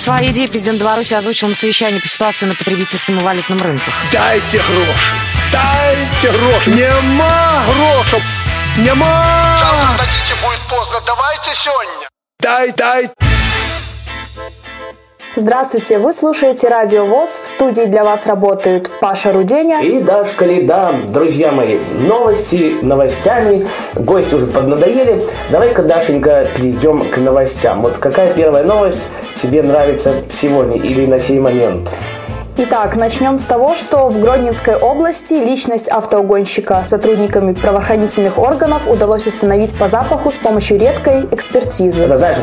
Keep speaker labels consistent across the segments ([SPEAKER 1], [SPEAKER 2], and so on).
[SPEAKER 1] Свои идеи президент Беларуси озвучил на совещании по ситуации на потребительском и валютном рынках.
[SPEAKER 2] Дайте гроши! Дайте гроши! Нема грошей! Нема!
[SPEAKER 3] Завтра дадите, будет поздно. Давайте сегодня.
[SPEAKER 2] Дай!
[SPEAKER 4] Здравствуйте, вы слушаете Радио ВОС. В студии для вас работают Паша Руденя
[SPEAKER 5] и Дашка Лида. Друзья мои, новостями. Гости уже поднадоели. Давай-ка, Дашенька, перейдем к новостям. Вот какая первая новость тебе нравится сегодня или на сей момент?
[SPEAKER 4] Итак, начнем с того, что в Гродненской области личность автоугонщика сотрудниками правоохранительных органов удалось установить по запаху с помощью редкой экспертизы.
[SPEAKER 5] Это знаешь,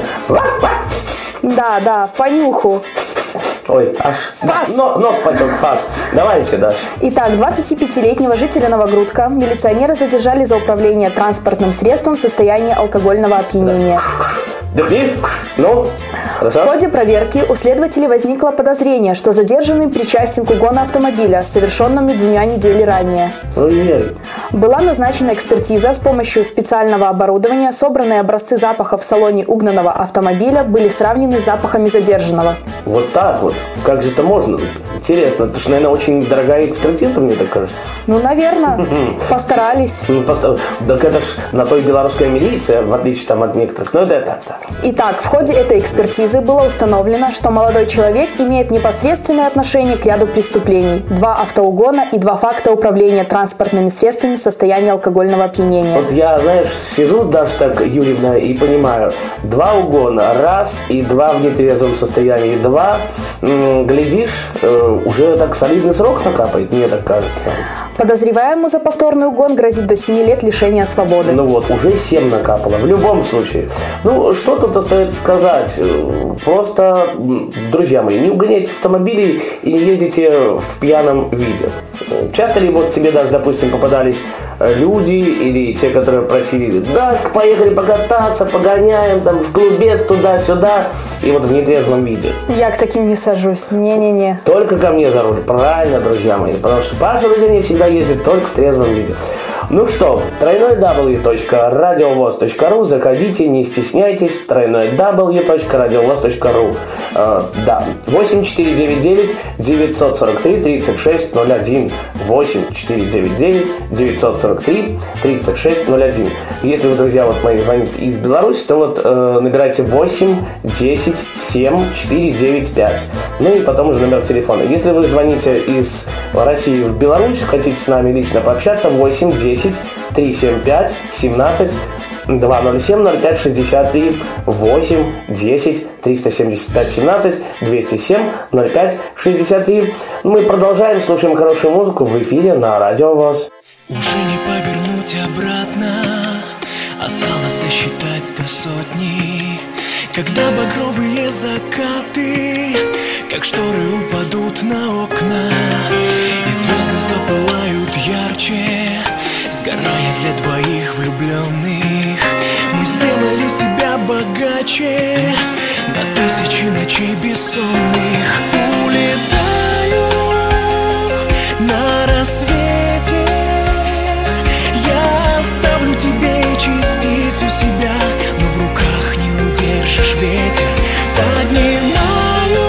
[SPEAKER 4] Да, по нюху.
[SPEAKER 5] Ой, аж нос потек, фас. Давайте, Даша.
[SPEAKER 4] Итак, 25-летнего жителя Новогрудка милиционеры задержали за управление транспортным средством в состоянии алкогольного опьянения.
[SPEAKER 5] Дыхни. Ну, хорошо.
[SPEAKER 4] В ходе проверки у следователей возникло подозрение, что задержанный причастен к угону автомобиля, совершенному 2 недели ранее.
[SPEAKER 5] Ой-ой.
[SPEAKER 4] Была назначена экспертиза. С помощью специального оборудования собранные образцы запахов в салоне угнанного автомобиля были сравнены с запахами задержанного.
[SPEAKER 5] Вот так вот. Как же это можно? Интересно. Это же, наверное, очень дорогая экспертиза, мне так кажется.
[SPEAKER 4] Ну, наверное. Постарались.
[SPEAKER 5] Так это ж на той белорусская милиция, в отличие там от некоторых. Ну, это так-то.
[SPEAKER 4] Итак, в ходе этой экспертизы было установлено, что молодой человек имеет непосредственное отношение к ряду преступлений. 2 автоугона и 2 факта управления транспортными средствами в состоянии алкогольного опьянения.
[SPEAKER 5] Вот я, знаешь, сижу, Даша, так, Юрьевна, и понимаю, 2 угона, раз, и 2 в нетрезвом состоянии, 2, глядишь, уже так солидный срок накапает, мне так кажется.
[SPEAKER 4] Подозреваемому за повторный угон грозит до 7 лет лишения свободы.
[SPEAKER 5] Ну вот, уже 7 накапало, в любом случае. Ну, что тут остается сказать? Просто, друзья мои, не угоняйте автомобили и не едете в пьяном виде. Часто ли вот тебе даже, допустим, попадались люди или те, которые просили: да, поехали покататься, погоняем, там, в клубец, туда-сюда, и вот в нетрезвом виде?
[SPEAKER 4] Я к таким не сажусь, не-не-не.
[SPEAKER 5] Только ко мне за руль, правильно, друзья мои, потому что Паша Руденя всегда ездит только в трезвом виде. Ну что, www.radiovoz.ru, заходите, не стесняйтесь, www.radiovoz.ru. Да, 8499-943-3601, 8499-943-3601. Если вы, друзья, вот мои, звоните из Беларуси, то вот набирайте 8 10 7 495. Ну и потом уже номер телефона. Если вы звоните из России в Беларусь, хотите с нами лично пообщаться, 8 10 375 17 207 05 63, 8 10 375 17 207 05 63. Мы продолжаем, слушаем хорошую музыку в эфире на Радио ВОС.
[SPEAKER 6] Уже не повернуть обратно, осталось досчитать до 100. Когда багровые закаты, как шторы, упадут на окна, и звезды запылают ярче, сгорая для 2 влюбленных. Мы сделали себя богаче на 1000 ночей бессонных. Улетаю на рассвете, я оставлю тебе частицу себя, но в руках не удержишь ветер. Поднимаю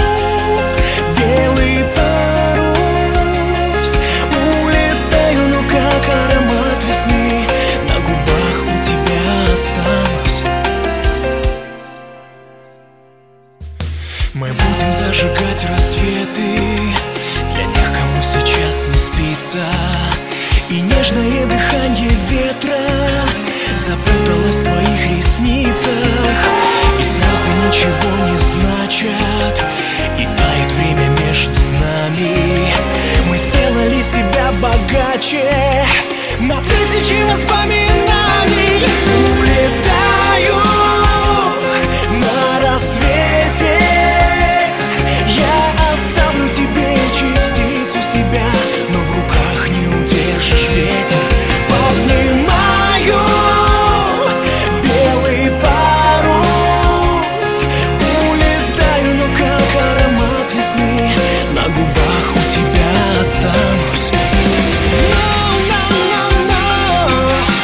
[SPEAKER 6] белый парус, улетаю, но как аромат весны на губах у тебя останусь. Мы будем зажигать рассветы для тех, кому сейчас не спится, и нежное дыхание ветра запуталось в твоих ресницах, и слезы ничего не значат, и тает время между нами. Мы сделали себя богаче на 1000 воспоминаний. Улетаю на рассвете, я оставлю тебе частицу себя, но в руках не удержишь ветер. Поднимаю белый парус, улетаю, но как аромат весны на губах у тебя останусь. No, no, no, no.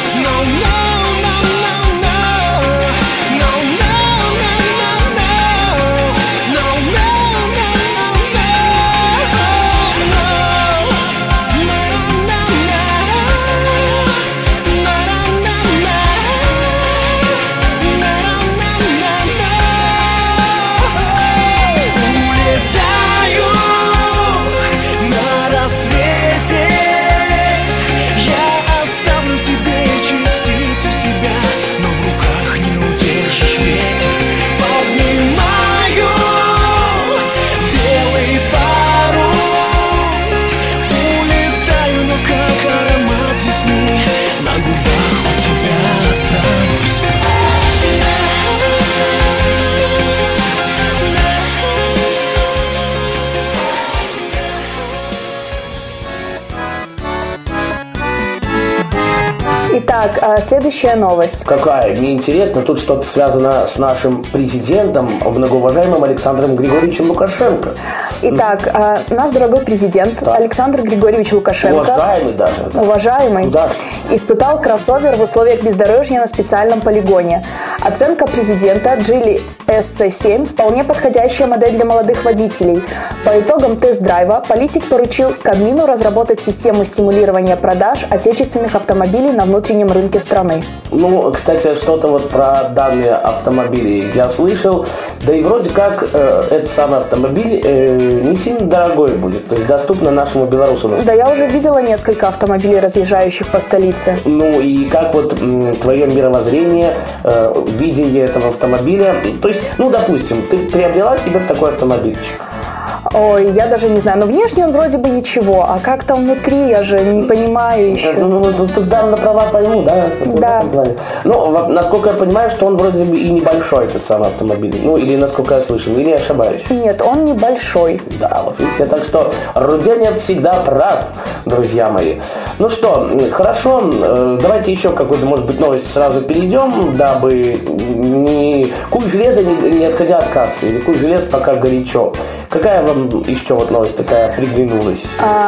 [SPEAKER 4] Так, следующая новость.
[SPEAKER 5] Какая? Мне интересно, тут что-то связано с нашим президентом, многоуважаемым Александром Григорьевичем Лукашенко.
[SPEAKER 4] Итак, наш дорогой президент
[SPEAKER 5] Так.
[SPEAKER 4] Александр Григорьевич Лукашенко,
[SPEAKER 5] Уважаемый даже.
[SPEAKER 4] уважаемый,
[SPEAKER 5] Да.
[SPEAKER 4] испытал кроссовер в условиях бездорожья на специальном полигоне. Оценка президента Geely SC7 вполне подходящая модель для молодых водителей. По итогам тест-драйва политик поручил Кабмину разработать систему стимулирования продаж отечественных автомобилей на внутреннем рынке страны.
[SPEAKER 5] Ну, кстати, что-то вот про данные автомобили я слышал. Да и вроде как этот самый автомобиль не сильно дорогой будет. То есть доступно нашему белорусу.
[SPEAKER 4] Да, я уже видела несколько автомобилей, разъезжающих по столице.
[SPEAKER 5] Ну и как вот твое мировоззрение, видение этого автомобиля? То есть, ну, допустим, ты приобрела себе такой автомобильчик.
[SPEAKER 4] Ой, я даже не знаю, но внешне он вроде бы ничего, а как там внутри, я же не понимаю еще.
[SPEAKER 5] Ну, сдам на права пойму, да? В
[SPEAKER 4] Да.
[SPEAKER 5] этом плане. Ну, насколько я понимаю, что он вроде бы и небольшой, этот самый автомобиль. Ну, или насколько я слышал, или я ошибаюсь.
[SPEAKER 4] Нет, он небольшой.
[SPEAKER 5] Да, вот видите, так что Руденев всегда прав, друзья мои. Ну что, хорошо, давайте еще какую-то, может быть, новость сразу перейдем, дабы не куй железа, не отходя от кассы, или куй железа, пока горячо. Какая вам еще вот новость такая приглянулась?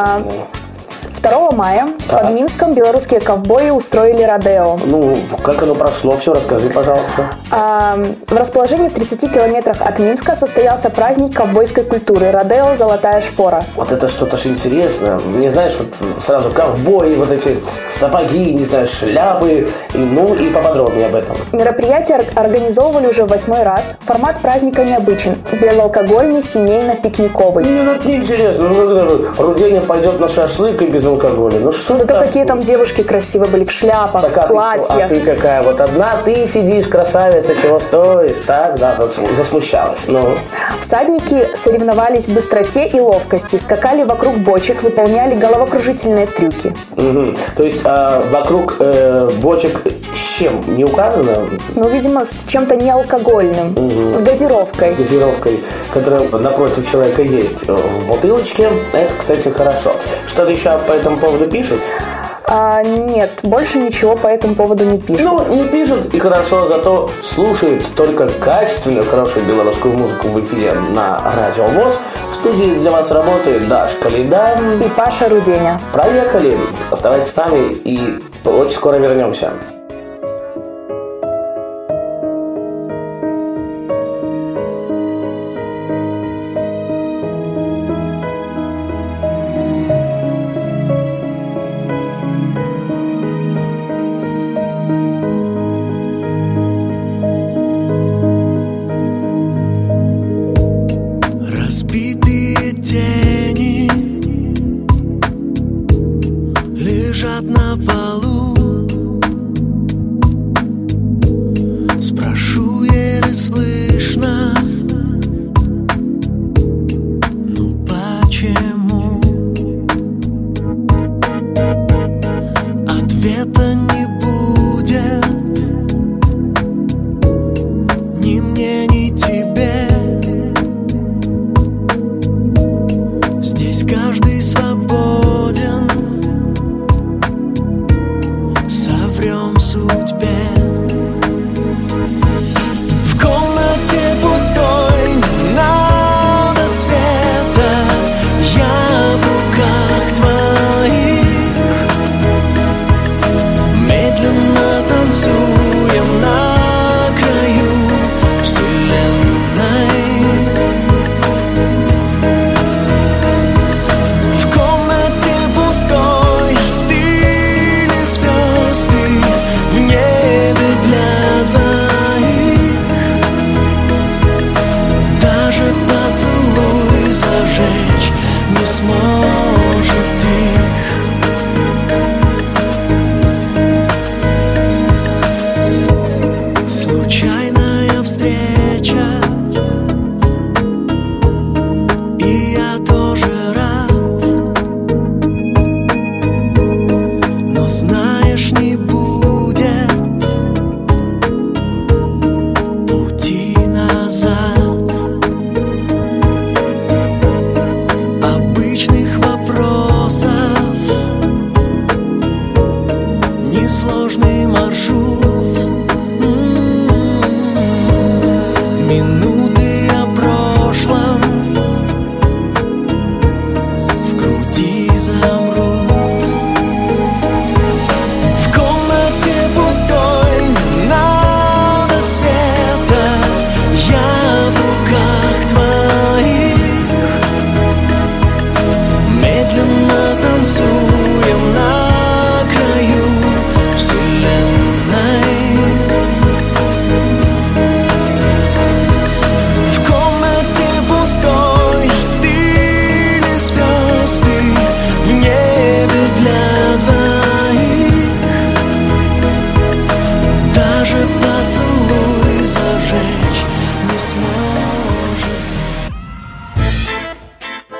[SPEAKER 4] 2 мая
[SPEAKER 5] Так.
[SPEAKER 4] под Минском белорусские ковбои устроили родео.
[SPEAKER 5] Ну, как оно прошло, все расскажи, пожалуйста.
[SPEAKER 4] В расположении в 30 километрах от Минска состоялся праздник ковбойской культуры «Родео. Золотая шпора».
[SPEAKER 5] Вот это что-то ж интересно. Мне, знаешь, вот сразу ковбои, вот эти сапоги, не знаю, шляпы, и поподробнее об этом.
[SPEAKER 4] Мероприятие организовывали уже в 8-й раз. Формат праздника необычен. Безалкогольный, семейно-пикниковый.
[SPEAKER 5] Ну, это неинтересно. Руденев пойдет на шашлык и без алкоголя. Ну, что
[SPEAKER 4] Зато
[SPEAKER 5] так?
[SPEAKER 4] какие там девушки красивые были в шляпах,
[SPEAKER 5] Так,
[SPEAKER 4] в платьях.
[SPEAKER 5] а ты какая? Вот одна ты сидишь, красавица, чего стоишь? Так, да, засмущалась. Ну.
[SPEAKER 4] Всадники соревновались в быстроте и ловкости, скакали вокруг бочек, выполняли головокружительные трюки.
[SPEAKER 5] Угу. То есть вокруг бочек с чем? Не указано?
[SPEAKER 4] Ну, видимо, с чем-то неалкогольным, с газировкой.
[SPEAKER 5] С газировкой, которая напротив человека есть в бутылочке. Это, кстати, хорошо. Что-то еще по этому поводу пишут?
[SPEAKER 4] Нет, больше ничего по этому поводу не пишут.
[SPEAKER 5] Ну, не пишут, и хорошо, зато слушают только качественную, хорошую белорусскую музыку в эфире на Радио ВОС. В студии для вас работает Даша Калида
[SPEAKER 4] И Паша Руденя.
[SPEAKER 5] Проехали. Оставайтесь с нами и очень скоро вернемся.
[SPEAKER 6] Разбитые тени лежат на полу. Спрошу еле слышно, ну почему? Ответа не будет ни мне, ни тебе.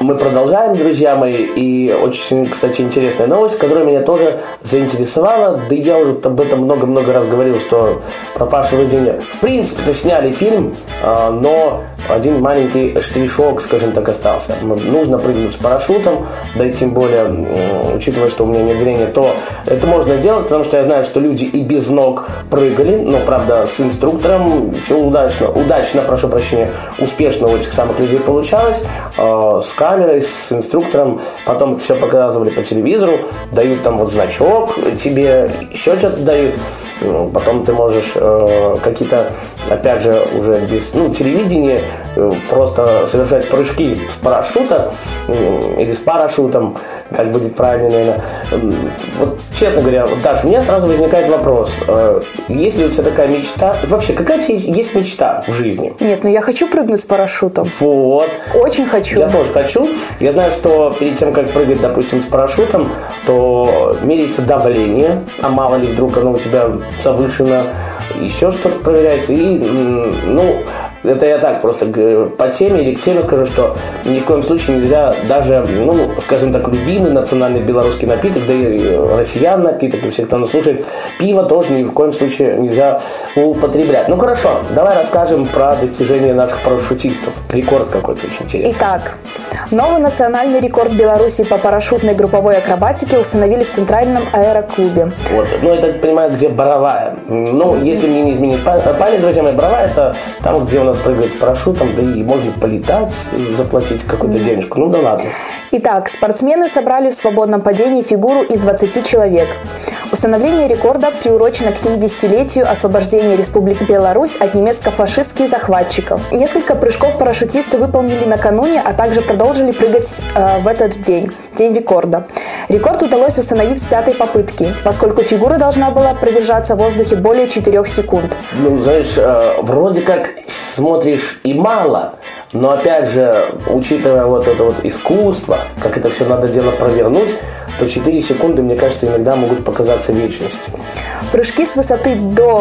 [SPEAKER 5] мы продолжаем, друзья мои, и очень, кстати, интересная новость, которая меня тоже заинтересовала, да я уже об этом много-много раз говорил, что «Пропавшего дня». В принципе-то сняли фильм, но один маленький штришок, скажем так, остался. Нужно прыгнуть с парашютом, да и тем более, учитывая, что у меня нет зрения, то это можно сделать, потому что я знаю, что люди и без ног прыгали, но, правда, с инструктором все удачно, прошу прощения, успешно у этих самых людей получалось, с камерой, с инструктором, потом это все показывали по телевизору, дают там вот значок тебе, еще что-то дают, потом ты можешь какие-то, опять же, уже без телевидения, просто совершать прыжки с парашюта или с парашютом, как будет правильно, наверное. Вот, честно говоря, Даша, у меня сразу возникает вопрос. Есть ли у тебя такая мечта? Вообще, какая у тебя есть мечта в жизни?
[SPEAKER 4] Нет, я хочу прыгнуть с парашютом.
[SPEAKER 5] Вот.
[SPEAKER 4] Очень хочу.
[SPEAKER 5] Я тоже хочу. Я знаю, что перед тем, как прыгать, допустим, с парашютом, то меряется давление, а мало ли вдруг оно у тебя завышено, еще что-то проверяется. И, это я так просто по теме или к теме скажу, что ни в коем случае нельзя даже, скажем так, любимый национальный белорусский напиток, да и россиян напиток, и все, кто нас слушает, пиво тоже ни в коем случае нельзя употреблять. Хорошо, давай расскажем про достижения наших парашютистов. Рекорд какой-то очень интересный.
[SPEAKER 4] Итак, новый национальный рекорд Беларуси по парашютной групповой акробатике установили в Центральном аэроклубе.
[SPEAKER 5] Вот, я так понимаю, где Боровая. Если мне не изменить память, друзья мои, Боровая — это там, где у нас прыгает с парашютом, да и можно полетать, заплатить какую-то денежку. Да ладно.
[SPEAKER 4] Итак, спортсмены собрали в свободном падении фигуру из 20 человек. Установление рекорда приурочено к 70-летию освобождения Республики Беларусь от немецко-фашистских захватчиков. Несколько прыжков парашютисты выполнили накануне, а также продолжили прыгать в этот день рекорда. Рекорд удалось установить с 5-й попытки, поскольку фигура должна была продержаться в воздухе более 4 секунд.
[SPEAKER 5] Знаешь, вроде как смотришь и мало, но опять же, учитывая вот это вот искусство, как это все надо дело провернуть, то 4 секунды, мне кажется, иногда могут показаться вечностью.
[SPEAKER 4] Прыжки с высоты до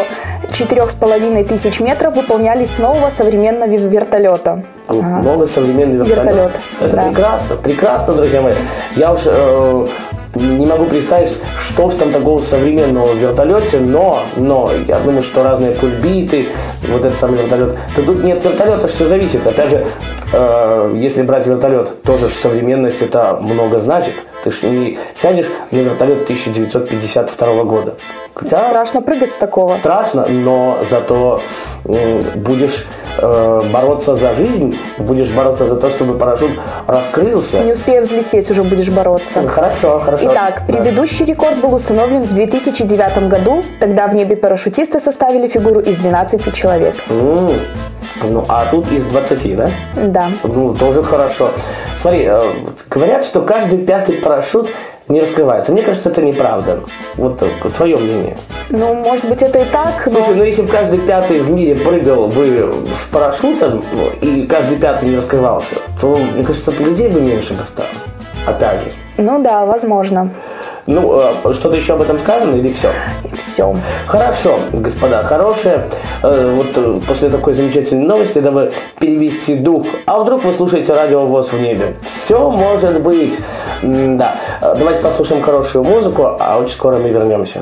[SPEAKER 4] 4500 метров выполнялись с нового современного вертолета.
[SPEAKER 5] Новый современный вертолет. Это прекрасно, друзья мои. Я уж не могу представить, что ж там такого современного в вертолете, но я думаю, что разные кульбиты, вот этот самый вертолет. То тут нет вертолета, все зависит. Опять же, если брать вертолет, тоже современность это много значит. Ты ж не сядешь на вертолет 1952 года. Хотя
[SPEAKER 4] страшно прыгать с такого.
[SPEAKER 5] Страшно, но зато будешь бороться за жизнь, будешь бороться за то, чтобы парашют раскрылся.
[SPEAKER 4] Не успея взлететь, уже будешь бороться.
[SPEAKER 5] Хорошо.
[SPEAKER 4] Итак, предыдущий рекорд был установлен в 2009 году. Тогда в небе парашютисты составили фигуру из 12 человек.
[SPEAKER 5] А тут из 20, да?
[SPEAKER 4] Да.
[SPEAKER 5] Тоже хорошо. Смотри, говорят, что каждый 5-й парашют не раскрывается. Мне кажется, это неправда. Вот твое мнение.
[SPEAKER 4] Может быть, это и так, но...
[SPEAKER 5] Слушай, если бы каждый 5-й в мире прыгал бы с парашютом, и каждый 5-й не раскрывался, то, мне кажется, людей бы меньше бы стало. Опять же.
[SPEAKER 4] Да, возможно.
[SPEAKER 5] Что-то еще об этом сказано или все?
[SPEAKER 4] Все.
[SPEAKER 5] Хорошо, господа, хорошее. Вот после такой замечательной новости давай перевести дух. А вдруг вы слушаете радио ВОС в небе? Все может быть. Да. Давайте послушаем хорошую музыку, а очень скоро мы вернемся.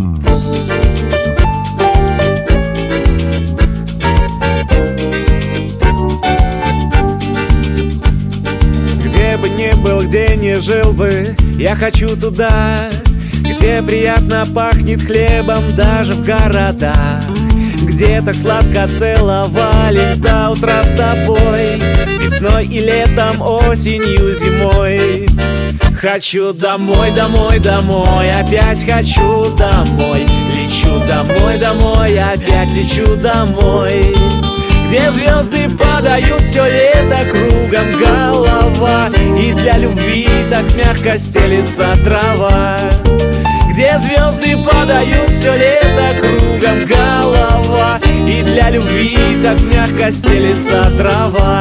[SPEAKER 6] Где не жил бы, я хочу туда, где приятно пахнет хлебом даже в городах, где так сладко целовались до утра с тобой, весной и летом, осенью, зимой. Хочу домой, домой, домой, опять хочу домой, лечу домой, домой, опять лечу домой. Где звезды падают все лето, кругом голова, и для любви так мягко стелится трава. Где звезды падают все лето, кругом голова, и для любви так мягко стелится трава.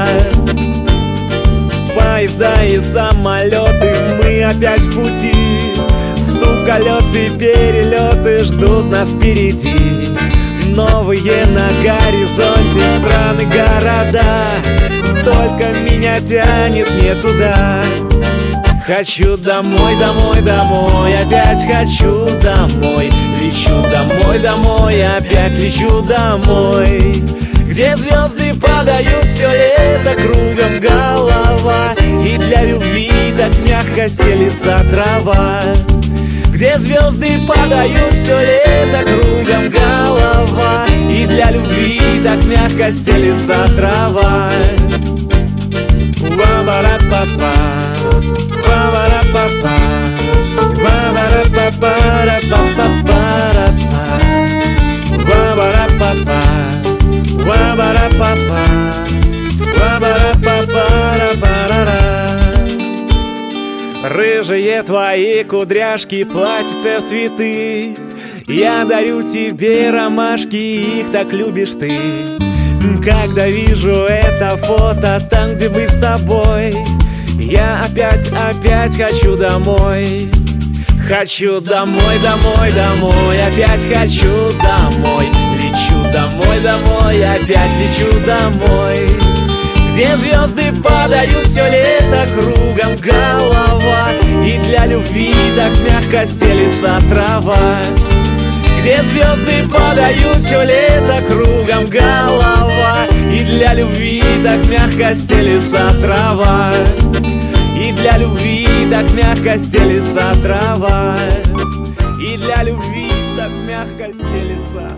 [SPEAKER 6] Поезда и самолеты, мы опять в пути, стук колес и перелеты ждут нас впереди. новые на горизонте страны, города. Только меня тянет не туда. Хочу домой, домой, домой, опять хочу домой. Лечу домой, домой, опять лечу домой. Где звезды падают все лето, кругом голова, и для любви так мягко стелится трава. Где звезды падают все лето, кругом голова, и для любви так мягко стелится трава. Ба-ба-ра-па-па, ба-ба-ра-па-па, ба-ба-ра-па-па-ра-па-па-па-ра-па, ба-ба-ра-па-па, ба-ба-ра-па-па, ба-ба-ра-па-па-ра-па-ра-ра. Рыжие твои кудряшки платятся в цветы. Я дарю тебе ромашки, их так любишь ты. Когда вижу это фото там, где мы с тобой, я опять хочу домой. Хочу домой, домой, домой, опять хочу домой. Лечу домой, домой, опять лечу домой. Где звезды падают все лето, кругом голова, и для любви так мягко стелится трава. Где звезды падают все лето, кругом голова, и для любви так мягко стелится трава. И для любви так мягко стелится трава. И для любви так мягко стелится.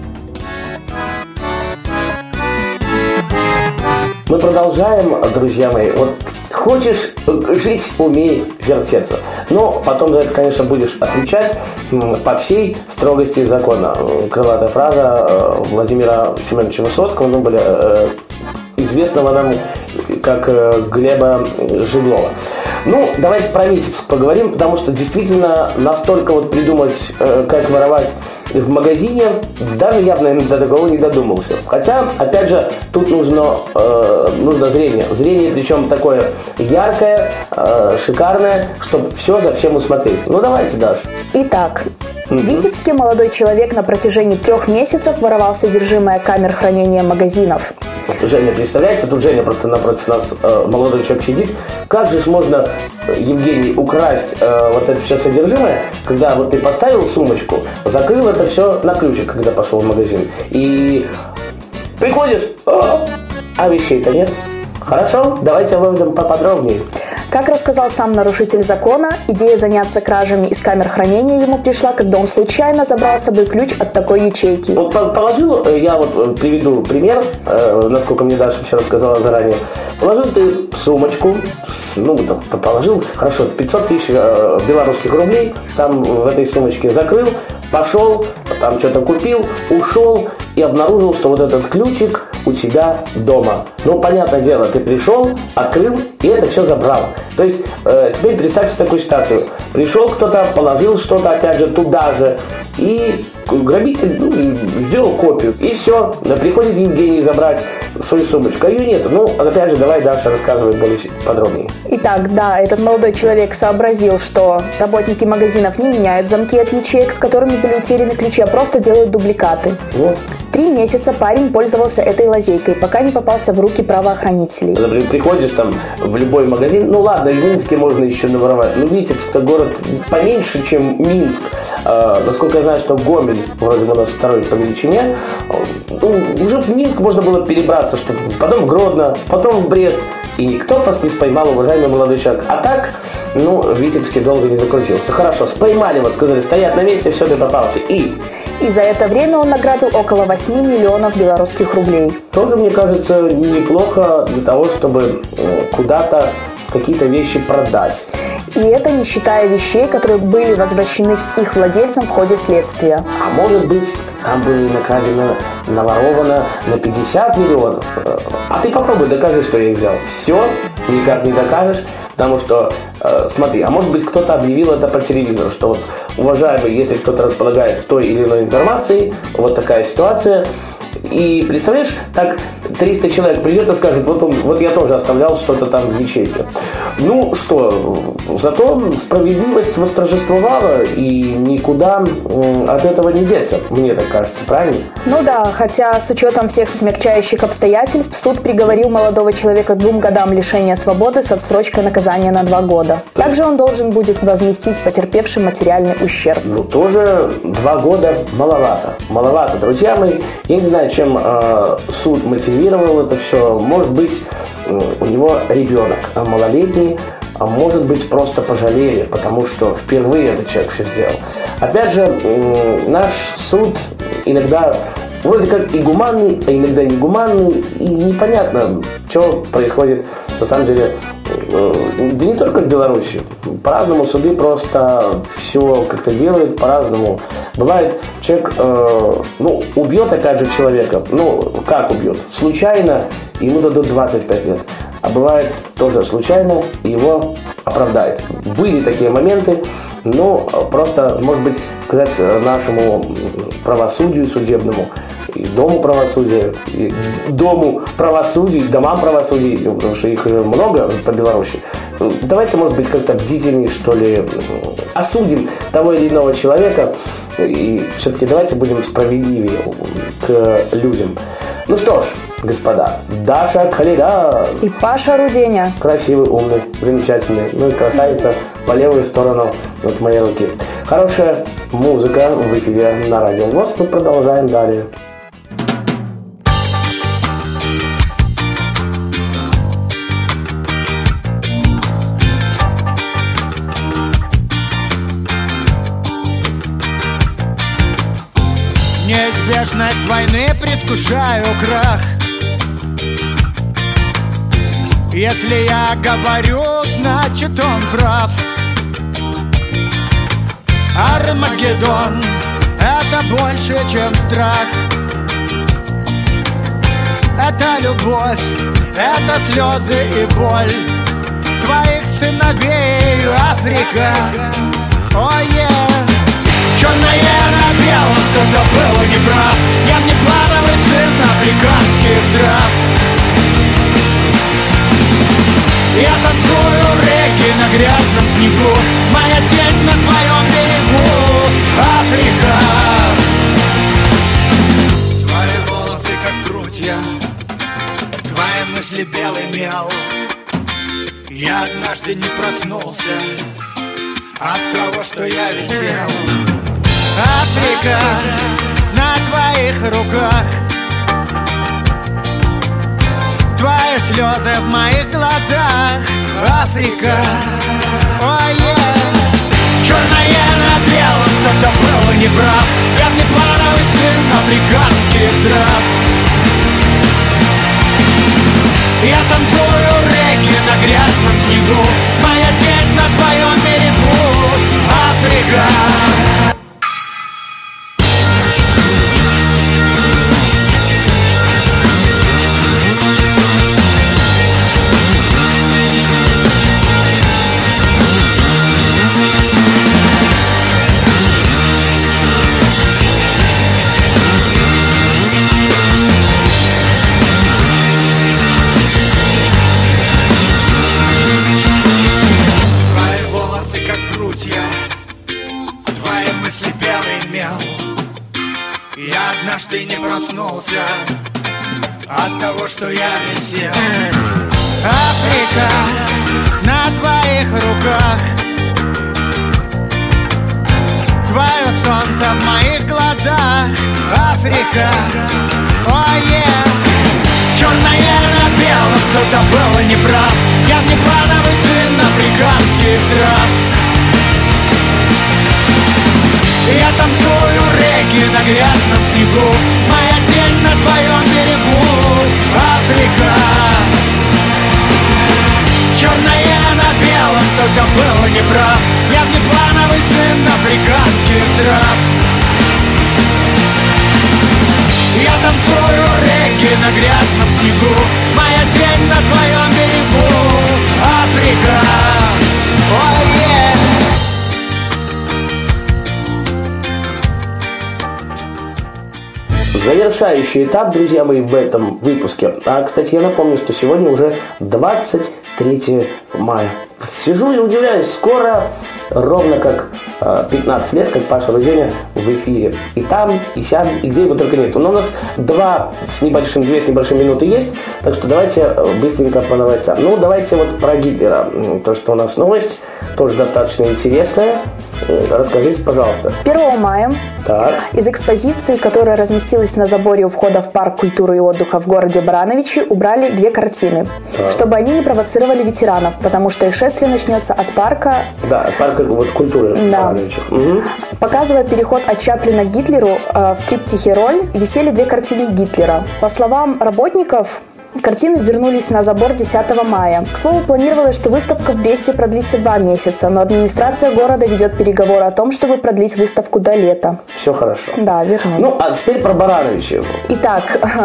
[SPEAKER 5] Мы продолжаем, друзья мои. Вот хочешь жить, умей вертеться. Но потом за это, конечно, будешь отвечать по всей строгости закона. Крылатая фраза Владимира Семеновича Высоцкого, известного нам как Глеба Жеглова. Ну, давайте про Витебск поговорим, потому что действительно настолько вот придумать, как воровать в магазине, даже я, наверное, до такого не додумался. Хотя, опять же, тут нужно зрение. Зрение, причем такое яркое, шикарное, чтобы все за всем усмотреть. Ну, давайте, Даш.
[SPEAKER 4] Итак, в Витебске молодой человек на протяжении 3 месяцев воровал содержимое камер хранения магазинов.
[SPEAKER 5] Женя представляется, тут Женя просто напротив нас, молодой человек сидит. Как же можно, Евгений, украсть вот это все содержимое, когда вот ты поставил сумочку, закрыл это все на ключик, когда пошел в магазин, и приходишь, а вещей-то нет. Хорошо, давайте об этом поподробнее.
[SPEAKER 4] Как рассказал сам нарушитель закона, идея заняться кражами из камер хранения ему пришла, когда он случайно забрал с собой ключ от такой ячейки.
[SPEAKER 5] Вот положил, я вот приведу пример, насколько мне Даша все рассказала заранее. Положил ты в сумочку, положил, хорошо, 500 тысяч белорусских рублей, там в этой сумочке закрыл, пошел, там что-то купил, ушел и обнаружил, что вот этот ключик у тебя дома. Ну, понятное дело, ты пришел, открыл и это все забрал. То есть, теперь представьте такую ситуацию. Пришел кто-то, положил что-то, опять же, туда же, и грабитель сделал копию. И все, приходит Евгений забрать свою сумочку, а ее нет. Ну, опять же, давай Даша рассказывай более подробнее.
[SPEAKER 4] Итак, да, этот молодой человек сообразил, что работники магазинов не меняют замки от ячеек, с которыми были утеряны ключи, а просто делают дубликаты. Вот. 3 месяца парень пользовался этой лазейкой, пока не попался в руки правоохранителей. Например,
[SPEAKER 5] приходишь там в любой магазин, ну ладно, в Минске можно еще наворовать, но Витебск это город поменьше, чем Минск. Насколько я знаю, что Гомель, вроде бы у нас второй по величине, уже в Минск можно было перебраться, потом в Гродно, потом в Брест, и никто вас не споймал, уважаемый молодой человек. А так, в Витебске долго не закрутился. Хорошо, споймали, вот сказали, стоят на месте, все, ты попался.
[SPEAKER 4] И за это время он награбил около 8 миллионов белорусских рублей.
[SPEAKER 5] Тоже, мне кажется, неплохо для того, чтобы куда-то какие-то вещи продать.
[SPEAKER 4] И это не считая вещей, которые были возвращены их владельцам в ходе следствия.
[SPEAKER 5] А может быть, там было накрадено, наворовано на 50 миллионов. А ты попробуй, докажи, что я их взял. Все, никак не докажешь. Потому что, смотри, а может быть кто-то объявил это по телевизору, что вот, уважаемый, если кто-то располагает той или иной информацией, вот такая ситуация, И представляешь, так 300 человек придет и скажет, вот я тоже оставлял что-то там в ячейке. Ну что, зато справедливость восторжествовала, и никуда от этого не деться, мне так кажется, правильно?
[SPEAKER 4] Ну да, хотя с учетом всех смягчающих обстоятельств суд приговорил молодого человека к 2 годам лишения свободы с отсрочкой наказания на 2 года. Также он должен будет возместить потерпевший материальный ущерб.
[SPEAKER 5] Ну тоже 2 года маловато. Маловато, друзья мои. Я не знаю, чем суд мотивировал это все. Может быть, у него ребенок малолетний, а может быть, просто пожалели, потому что впервые этот человек все сделал. Опять же, наш суд иногда вроде как и гуманный, а иногда не гуманный, и непонятно, что происходит на самом деле. Да не только в Беларуси. По-разному суды просто все как-то делают, по-разному. Бывает, человек, убьет опять же человека. Ну, как убьет? Случайно, ему дадут 25 лет. А бывает тоже случайно, его оправдают. Были такие моменты, но просто, может быть, сказать нашему правосудию судебному, и Дому правосудия, и Дому правосудия, домам правосудия, потому что их много по Беларуси. Давайте, может быть, как-то бдительнее, что ли, осудим того или иного человека, и все-таки давайте будем справедливее к людям. Ну что ж, господа, Даша Калида
[SPEAKER 4] и Паша Руденя.
[SPEAKER 5] Красивый, умный, замечательный, ну и красавица по левую сторону от моей руки. Хорошая музыка в эфире на Радио ВОС. Мы продолжаем далее.
[SPEAKER 7] Неизбежность войны, предвкушаю крах. Если я говорю, значит он прав. Армагеддон — это больше, чем страх. Это любовь, это слезы и боль твоих сыновей, Африка. О, черное на белом, кто-то был неправ. Я не плановый сын африканских трав. Я танцую реки на грязном снегу. Моя тень на твоем берегу, Африка. Твои волосы как прутья, твои мысли белый мел. Я однажды не проснулся от того, что я висел. Африка на твоих руках, твои слезы в моих глазах, Африка. О, черное на белом, кто-то был неправ. Я внеплановый сын африканских трав. Я танцую реки на грязном снегу. Моя тень на твоем берегу, Африка. Однажды не проснулся от того, что я висел. Африка на твоих руках, твое солнце в моих глазах, Африка. О, черное на белом, кто-то был неправ. Я внеплановый сын африканских трав. Я танцую реки на грязном снегу. Моя тень на твоем берегу, Африка. Черное на белом, кто-то был неправ. Я внеплановый сын африканских трав. Я танцую реки на грязном снегу. Моя тень на твоем берегу, Африка. О,
[SPEAKER 5] Завершаем завершающий этап, друзья мои, в этом выпуске. А, кстати, я напомню, что сегодня уже 23 мая. Сижу и удивляюсь, скоро ровно как 15 лет, как Паша Руденя в эфире. И там, и сям, и где его только нет. Но у нас 2 с небольшим минуты есть, так что давайте быстренько по новостям. Ну, давайте вот про Гитлера. То, что у нас новость, тоже достаточно интересная. Расскажите, пожалуйста.
[SPEAKER 4] 1 мая
[SPEAKER 5] Так.
[SPEAKER 4] из экспозиции, которая разместилась на заборе у входа в парк культуры и отдыха в городе Барановичи, убрали 2 картины, чтобы они не провоцировали ветеранов, потому что их шествие начнется от парка.
[SPEAKER 5] Да, от парка вот, культуры в Барановичах. Угу.
[SPEAKER 4] Показывая переход от Чаплина к Гитлеру, в триптихе «Роль» висели 2 картины Гитлера. По словам работников, картины вернулись на забор 10 мая. К слову, планировалось, что выставка в Бресте продлится 2 месяца, но администрация города ведет переговоры о том, чтобы продлить выставку до лета.
[SPEAKER 5] Все хорошо.
[SPEAKER 4] Да, вернули.
[SPEAKER 5] Ну, а теперь про Барановичи.
[SPEAKER 4] Итак,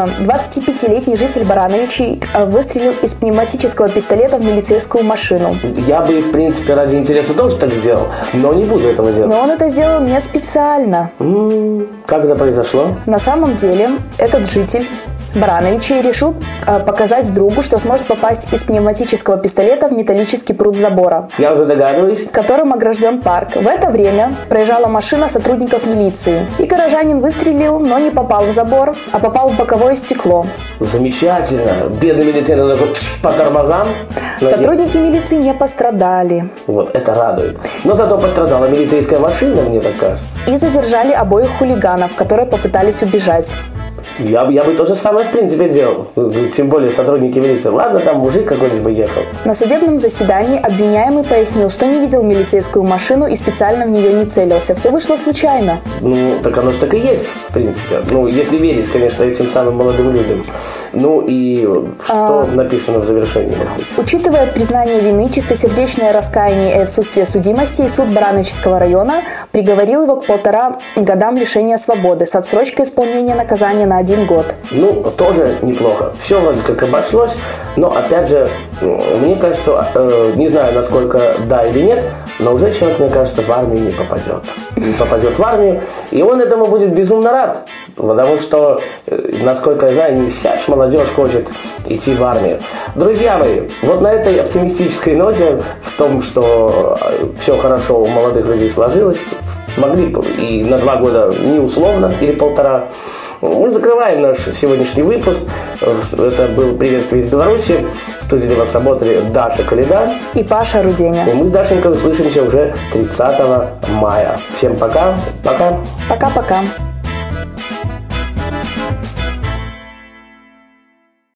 [SPEAKER 4] 25-летний житель Барановичей выстрелил из пневматического пистолета в милицейскую машину.
[SPEAKER 5] Я бы, в принципе, ради интереса тоже так сделал, но не буду этого делать.
[SPEAKER 4] Но он это сделал не специально.
[SPEAKER 5] Как это произошло?
[SPEAKER 4] На самом деле, этот житель Барановичей решил показать другу, что сможет попасть из пневматического пистолета в металлический прут забора,
[SPEAKER 5] Я уже догадываюсь.
[SPEAKER 4] которым огражден парк. В это время проезжала машина сотрудников милиции. И горожанин выстрелил, но не попал в забор, а попал в боковое стекло.
[SPEAKER 5] Замечательно. Бедный милиционер такой по тормозам.
[SPEAKER 4] Сотрудники милиции не пострадали.
[SPEAKER 5] Вот, это радует. Но зато пострадала милицейская машина, мне так кажется.
[SPEAKER 4] И задержали обоих хулиганов, которые попытались убежать.
[SPEAKER 5] Я бы то же самое, в принципе, делал. Тем более сотрудники милиции. Ладно, там мужик какой-нибудь бы ехал.
[SPEAKER 4] На судебном заседании обвиняемый пояснил, что не видел милицейскую машину и специально в нее не целился. Все вышло случайно.
[SPEAKER 5] Ну, так оно же так и есть, в принципе. Ну, если верить, конечно, этим самым молодым людям. Ну и что написано в завершении?
[SPEAKER 4] Учитывая признание вины, чистосердечное раскаяние и отсутствие судимости, суд Барановичского района приговорил его к 1,5 годам лишения свободы с отсрочкой исполнения наказания на 1 год.
[SPEAKER 5] Ну, тоже неплохо. Все вроде как обошлось, но, опять же, мне кажется, не знаю, насколько да или нет, но уже человек, мне кажется, в армию не попадет. Не попадет в армию, и он этому будет безумно рад. Потому что, насколько я знаю, не вся молодежь хочет идти в армию. Друзья мои, вот на этой оптимистической ноте, в том, что все хорошо у молодых людей сложилось, могли бы и на 2 года не условно, или 1,5, мы закрываем наш сегодняшний выпуск. Это был «Приветствие из Беларуси». В студии для вас работали Даша Коляда
[SPEAKER 4] и Паша Руденя.
[SPEAKER 5] И мы с Дашенькой услышимся уже 30 мая. Всем пока. Пока.
[SPEAKER 4] Пока-пока.